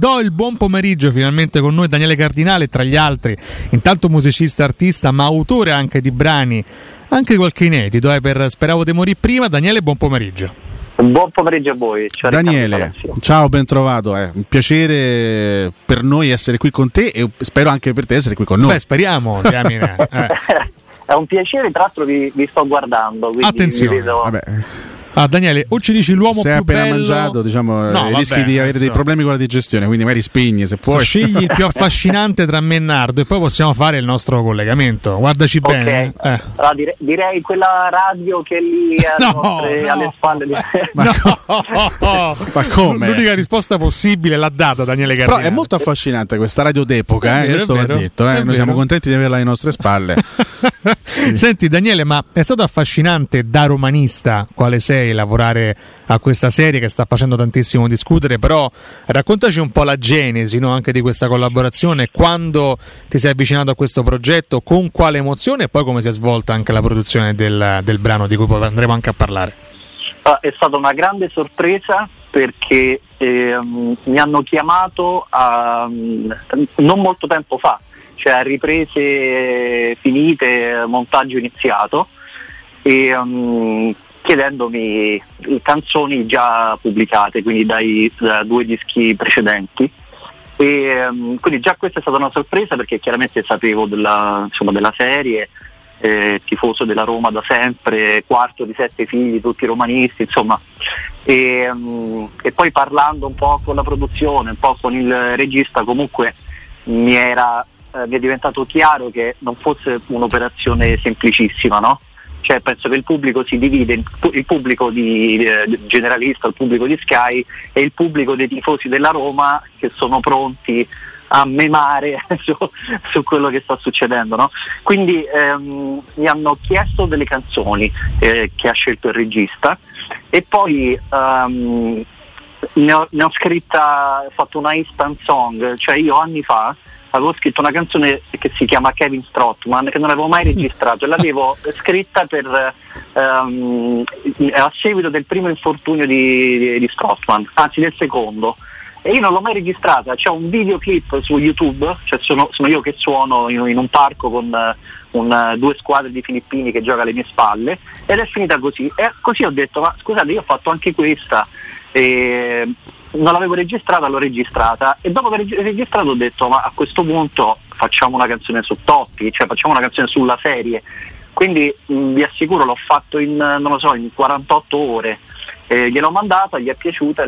do il buon pomeriggio finalmente con noi Daniele Cardinale, tra gli altri intanto musicista, artista, ma autore anche di brani, anche qualche inedito per Speravo di morire prima. Daniele, buon pomeriggio. Buon pomeriggio a voi. Daniele, ciao, ben trovato. È un piacere per noi essere qui con te e spero anche per te essere qui con noi. Beh, speriamo. È un piacere, tra l'altro vi sto guardando. Attenzione. Vabbè. Daniele, o ci dici l'uomo se più bello... Se hai appena mangiato, diciamo, rischi di avere dei problemi con la digestione, quindi magari spegni se puoi. Scegli il più affascinante tra me e Nardo e poi possiamo fare il nostro collegamento. Guardaci bene. Allora, direi quella radio che lì alle spalle. Ma come? L'unica risposta possibile l'ha data Daniele Cardinale. Però è molto affascinante questa radio d'epoca, questo va detto. Noi siamo contenti di averla alle nostre spalle. Senti Daniele, ma è stato affascinante da romanista quale sei lavorare a questa serie che sta facendo tantissimo discutere, però raccontaci un po' la genesi, no, anche di questa collaborazione, quando ti sei avvicinato a questo progetto, con quale emozione e poi come si è svolta anche la produzione del brano di cui poi andremo anche a parlare. È stata una grande sorpresa perché mi hanno chiamato non molto tempo fa, cioè a riprese finite, montaggio iniziato, e chiedendomi canzoni già pubblicate, quindi da 2 dischi precedenti, e quindi già questa è stata una sorpresa perché chiaramente sapevo della serie, tifoso della Roma da sempre, quarto di 7 figli, tutti romanisti, insomma, e poi parlando un po' con la produzione, un po' con il regista, comunque mi è diventato chiaro che non fosse un'operazione semplicissima, no? Cioè penso che il pubblico si divide, il pubblico di generalista, il pubblico di Sky e il pubblico dei tifosi della Roma che sono pronti a memare su quello che sta succedendo, no? Quindi mi hanno chiesto delle canzoni che ha scelto il regista e poi ne ho scritta, fatto una instant song, cioè io anni fa avevo scritto una canzone che si chiama Kevin Strootman, che non avevo mai registrato e l'avevo scritta a seguito del primo infortunio di Strootman, anzi del secondo, e io non l'ho mai registrata. C'è un videoclip su YouTube, cioè sono io che suono in un parco con 2 squadre di filippini che gioca alle mie spalle, ed è finita così, e così ho detto: ma scusate, io ho fatto anche questa, non l'avevo registrata, l'ho registrata, e dopo aver registrato ho detto: ma a questo punto facciamo una canzone su Totti, cioè facciamo una canzone sulla serie. Quindi vi assicuro, l'ho fatto in 48 ore, gliel'ho mandata, gli è piaciuta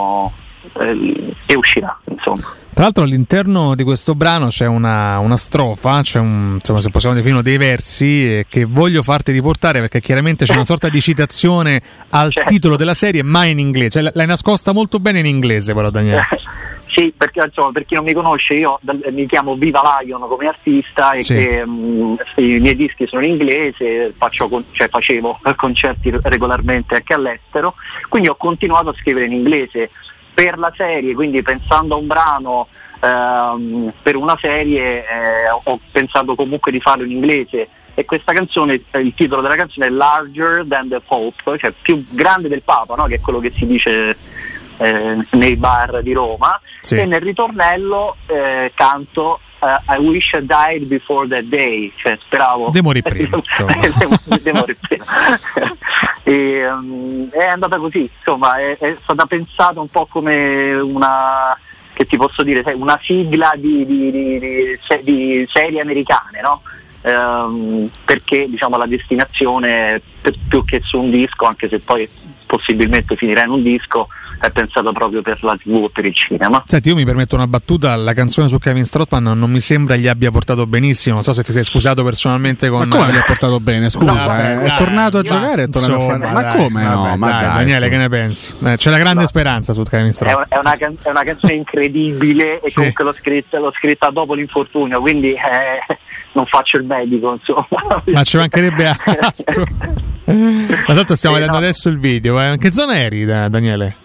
e uscirà, insomma. Tra l'altro all'interno di questo brano c'è una strofa, c'è insomma, se possiamo definire dei versi che voglio farti riportare, perché chiaramente c'è una sorta di citazione al titolo della serie, ma in inglese, cioè, l'hai nascosta molto bene in inglese però, Daniele. Sì, perché insomma, per chi non mi conosce, io mi chiamo Viva Lion come artista e che i miei dischi sono in inglese, facevo concerti regolarmente anche all'estero, quindi ho continuato a scrivere in inglese per la serie, quindi pensando a un brano per una serie ho pensato comunque di farlo in inglese, e questa canzone, il titolo della canzone è Larger Than the Pope, cioè più grande del Papa, no? Che è quello che si dice nei bar di Roma, e nel ritornello canto I wish I died before that day, cioè speravo de morire prima, de morire prima. E è andata così, insomma, è stata pensata un po' come una, che ti posso dire, una sigla di serie americane, no? Perché diciamo la destinazione più che su un disco, anche se poi possibilmente finirà in un disco, è pensato proprio per la TV o per il cinema. Senti, io mi permetto una battuta: la canzone su Kevin Strootman non mi sembra gli abbia portato benissimo, non so se ti sei scusato personalmente con... Ma come gli ha portato bene? Scusa, è tornato a giocare, è tornato a fare... Ma come no? Ma dai, Daniele, che ne pensi? C'è la grande speranza su Kevin Strootman. È una canzone incredibile e comunque l'ho scritta dopo l'infortunio, quindi non faccio il medico, insomma. Ma ci mancherebbe altro. Ma tanto stiamo vedendo adesso il video. In che zona eri, Daniele?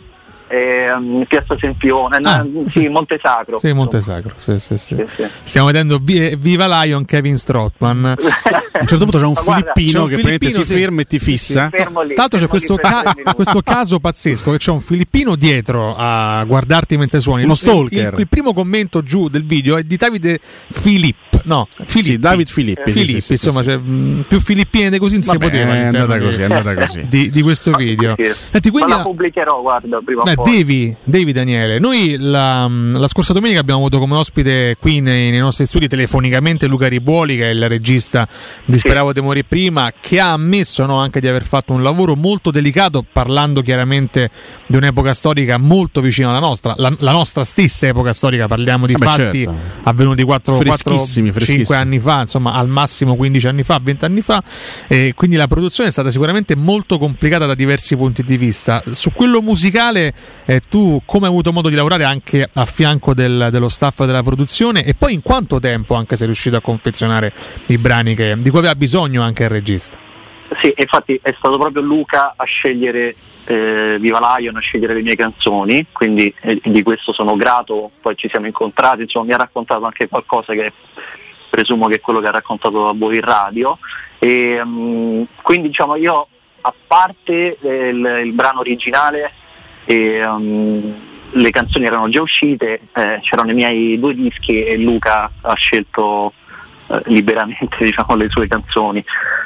Piazza Sempione, sì, Montesacro. Sì, Montesacro. Sì. Stiamo vedendo Viva Lion, Kevin Strootman. A un certo punto c'è un filippino che praticamente si ferma e ti fissa. Tra l'altro c'è questo caso pazzesco che c'è un filippino dietro a guardarti mentre suoni. Uno stalker. Il primo commento giù del video è di Davide Filippi. Sì, David Filippi. Sì, insomma, c'è più filippine di così non si poteva. È andata così. Di questo video. Senti, quindi la pubblicherò, guarda, prima o poi. Devi Daniele. Noi la scorsa domenica abbiamo avuto come ospite qui nei nostri studi telefonicamente Luca Ribuoli, che è il regista di Speravo di morire prima, che ha ammesso anche di aver fatto un lavoro molto delicato, parlando chiaramente di un'epoca storica molto vicina alla nostra, la nostra stessa epoca storica. Parliamo di fatti avvenuti 4-5 anni fa, insomma al massimo 15 anni fa, 20 anni fa, e quindi la produzione è stata sicuramente molto complicata da diversi punti di vista. Su quello musicale tu come hai avuto modo di lavorare anche a fianco dello staff della produzione, e poi in quanto tempo anche sei riuscito a confezionare i brani di cui aveva bisogno anche il regista? Sì, infatti è stato proprio Luca a scegliere Viva Lion, a scegliere le mie canzoni, quindi di questo sono grato. Poi ci siamo incontrati, insomma mi ha raccontato anche qualcosa che presumo che è quello che ha raccontato a voi in radio, e quindi diciamo io, a parte il brano originale, le canzoni erano già uscite, c'erano i miei 2 dischi e Luca ha scelto liberamente le sue canzoni.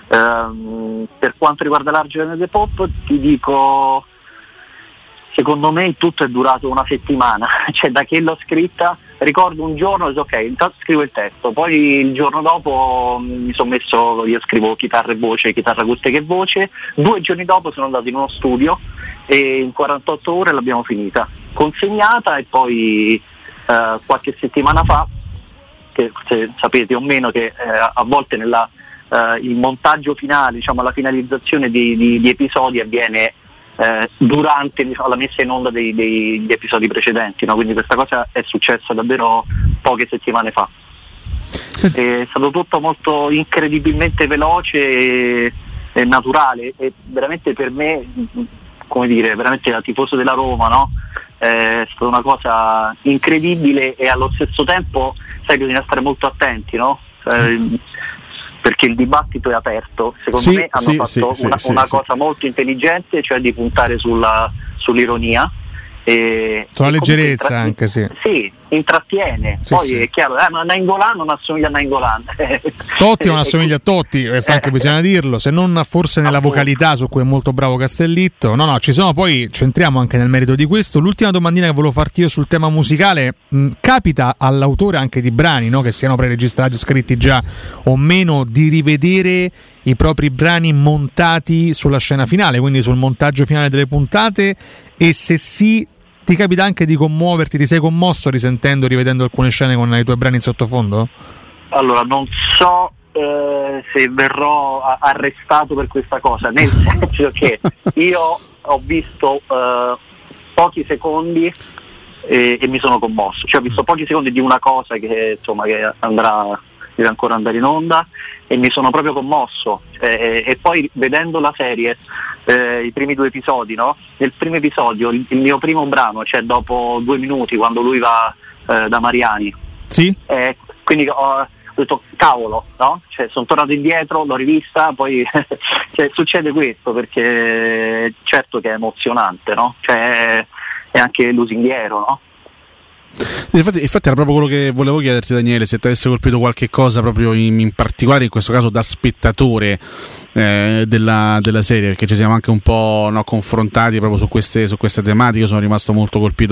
Per quanto riguarda l'Argent Pop, ti dico, secondo me tutto è durato una settimana, cioè da che l'ho scritta, ricordo un giorno, ok, intanto scrivo il testo, poi il giorno dopo mi sono messo, io scrivo chitarra e voce, chitarra acustica e voce, 2 giorni dopo sono andato in uno studio e in 48 ore l'abbiamo finita, consegnata, e poi qualche settimana fa, che se sapete o meno che a volte il montaggio finale, diciamo la finalizzazione di episodi avviene durante la messa in onda degli episodi precedenti, quindi questa cosa è successa davvero poche settimane fa. È stato tutto molto incredibilmente veloce e naturale, e veramente per me, come dire, veramente da tifoso della Roma, è stata una cosa incredibile, e allo stesso tempo bisogna stare molto attenti, perché il dibattito è aperto. Secondo me hanno fatto una cosa molto intelligente, cioè di puntare sull'ironia, sulla leggerezza anche, sì, intrattiene. Poi è chiaro, ma Nainggolan non assomiglia a Nainggolan. Totti non assomiglia a Totti, questo anche bisogna dirlo, se non forse nella vocalità, su cui è molto bravo Castellitto. No, ci sono, poi centriamo anche nel merito di questo. L'ultima domandina che volevo farti io sul tema musicale: capita all'autore anche di brani, che siano preregistrati o scritti già o meno, di rivedere i propri brani montati sulla scena finale, quindi sul montaggio finale delle puntate? E se sì, ti capita anche di commuoverti, ti sei commosso rivedendo alcune scene con i tuoi brani in sottofondo? Allora, non so se verrò arrestato per questa cosa, nel senso che io ho visto pochi secondi e mi sono commosso, cioè ho visto pochi secondi di una cosa che deve ancora andare in onda, e mi sono proprio commosso, e poi vedendo la serie, i primi 2 episodi, nel primo episodio il mio primo brano, cioè dopo 2 minuti, quando lui va da Mariani, quindi ho detto cavolo, cioè sono tornato indietro, l'ho rivista, poi cioè, succede questo, perché certo che è emozionante, cioè è anche lusinghiero, Infatti era proprio quello che volevo chiederti, Daniele, se ti avesse colpito qualche cosa proprio in particolare, in questo caso da spettatore della serie, perché ci siamo anche un po' confrontati proprio su queste tematiche. Io sono rimasto molto colpito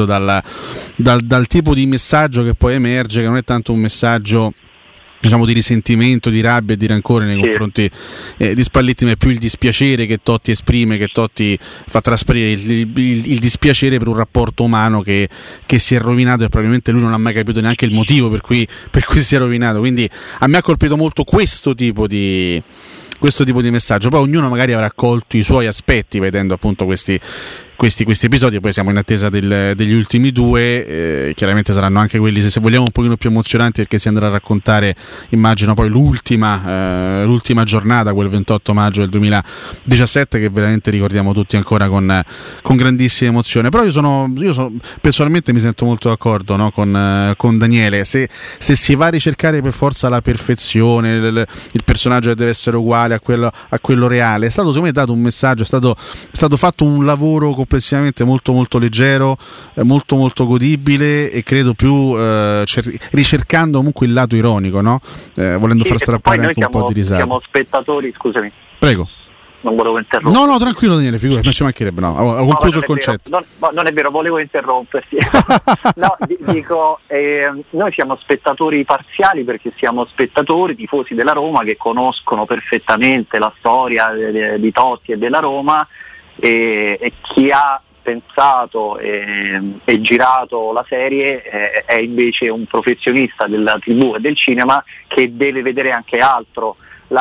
dal tipo di messaggio che poi emerge, che non è tanto un messaggio di risentimento, di rabbia e di rancore nei confronti di Spalletti, ma è più il dispiacere che Totti esprime, che Totti fa trasparire, il dispiacere per un rapporto umano che si è rovinato, e probabilmente lui non ha mai capito neanche il motivo per cui si è rovinato. Quindi a me ha colpito molto questo tipo di messaggio. Poi ognuno magari avrà colto i suoi aspetti vedendo appunto questi questi episodi. Poi siamo in attesa degli ultimi due, chiaramente saranno anche quelli, se vogliamo, un pochino più emozionanti, perché si andrà a raccontare, immagino, poi l'ultima giornata, quel 28 maggio del 2017, che veramente ricordiamo tutti ancora con grandissima emozione. Però io personalmente mi sento molto d'accordo, no, con Daniele. Se si va a ricercare per forza la perfezione, il personaggio che deve essere uguale a quello reale, è stato secondo me dato un messaggio, è stato fatto un lavoro complessivamente molto molto leggero, molto molto godibile, e credo più ricercando comunque il lato ironico, no? Volendo far strappare anche un po' di risate. Siamo spettatori, scusami. Prego. Non volevo interrompere. No, tranquillo Daniele, figurati, non ci mancherebbe, no. Ho concluso il concetto. Non è vero, volevo interromperti. No, dico, noi siamo spettatori parziali, perché siamo spettatori, tifosi della Roma, che conoscono perfettamente la storia di Totti e della Roma, e chi ha pensato e girato la serie è invece un professionista della TV e del cinema, che deve vedere anche altro.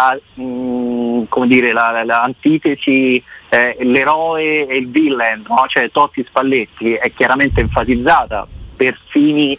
L'antitesi, l'eroe e il villain, no? Cioè Totti Spalletti è chiaramente enfatizzata per fini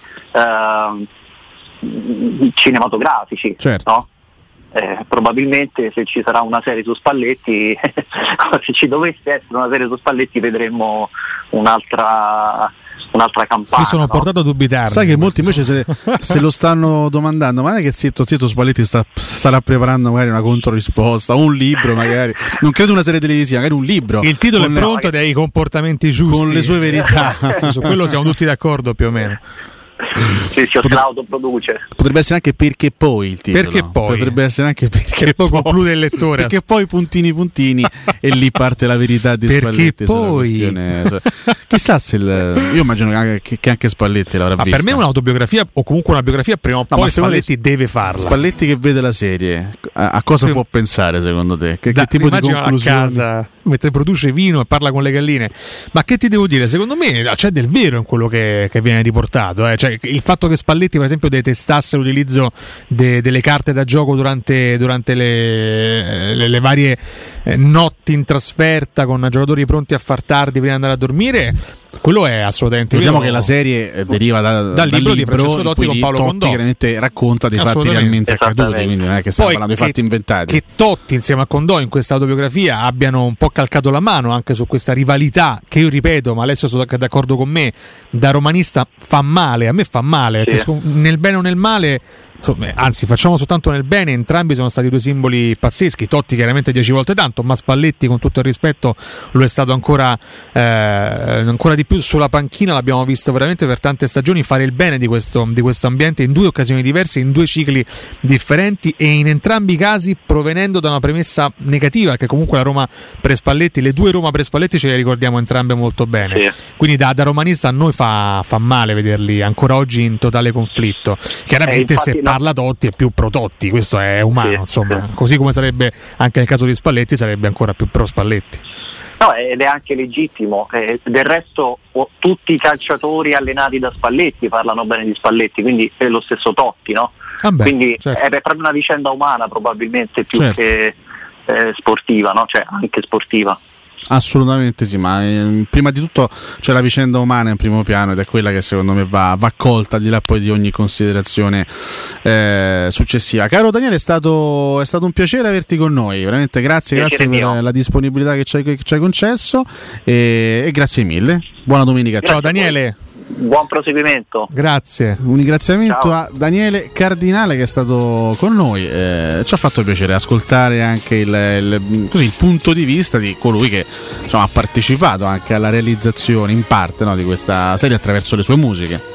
cinematografici, certo. No? Probabilmente se ci sarà una serie su Spalletti se ci dovesse essere una serie su Spalletti, vedremo un'altra campana. Mi sono portato a dubitare. Sai che molti invece se lo stanno domandando, ma non è che zitto Spalletti starà preparando magari una controrisposta, un libro magari, non credo una serie televisiva, magari un libro. Il titolo è pronto, dei comportamenti giusti, con le sue verità. Su quello siamo tutti d'accordo più o meno. Sì, si autoproduce. Potrebbe essere anche perché poi il titolo. Perché poi? Potrebbe essere anche perché poi conclude il lettore. Perché poi puntini e lì parte la verità di perché Spalletti. Poi Chissà se io immagino che anche Spalletti l'avrà vista. Per me un'autobiografia, o comunque una biografia, prima o poi Spalletti deve farla. Spalletti che vede la serie, a cosa può pensare secondo te? Che tipo di conclusione? A casa mentre produce vino e parla con le galline. Ma che ti devo dire? Secondo me c'è del vero in quello che viene riportato. Cioè, il fatto che Spalletti, per esempio, detestasse l'utilizzo delle carte da gioco durante le varie notti in trasferta con giocatori pronti a far tardi prima di andare a dormire, quello è assolutamente vero. Diciamo che la serie deriva dal libro di Francesco Totti con Paolo Condò. Chiaramente racconta dei fatti realmente accaduti, quindi non è che stiamo parlando di fatti inventati. Che Totti insieme a Condò in questa autobiografia abbiano un po' calcato la mano anche su questa rivalità, che io ripeto, ma Alessio sono d'accordo con me, da romanista fa male, a me fa male, sì. Nel bene o nel male, anzi facciamo soltanto nel bene, entrambi sono stati due simboli pazzeschi. Totti chiaramente 10 volte tanto, ma Spalletti, con tutto il rispetto, lo è stato ancora di più sulla panchina. L'abbiamo visto veramente per tante stagioni fare il bene di questo ambiente in due occasioni diverse, in due cicli differenti, e in entrambi i casi provenendo da una premessa negativa, che comunque la Roma pre-Spalletti, le due Roma pre-Spalletti ce le ricordiamo entrambe molto bene, sì. Quindi da romanista a noi fa male vederli ancora oggi in totale conflitto. Chiaramente se parla Totti è più pro Totti, questo è umano, sì, insomma, sì. Così come sarebbe anche nel caso di Spalletti, sarebbe ancora più pro Spalletti. No, ed è anche legittimo, del resto tutti i calciatori allenati da Spalletti parlano bene di Spalletti, quindi è lo stesso Totti, no? Quindi certo. È proprio una vicenda umana, probabilmente più certo. Che sportiva, no? Cioè anche sportiva. Assolutamente sì, ma prima di tutto c'è la vicenda umana in primo piano, ed è quella che secondo me va colta al di là poi di ogni considerazione successiva. Caro Daniele, è stato un piacere averti con noi, veramente grazie per la disponibilità che ci hai concesso, e grazie mille, buona domenica. Ciao Daniele. Buon proseguimento. Grazie. Un ringraziamento Ciao. a Daniele Cardinale, che è stato con noi. Ci ha fatto piacere ascoltare anche il punto di vista di colui che ha partecipato anche alla realizzazione in parte, no, di questa serie attraverso le sue musiche.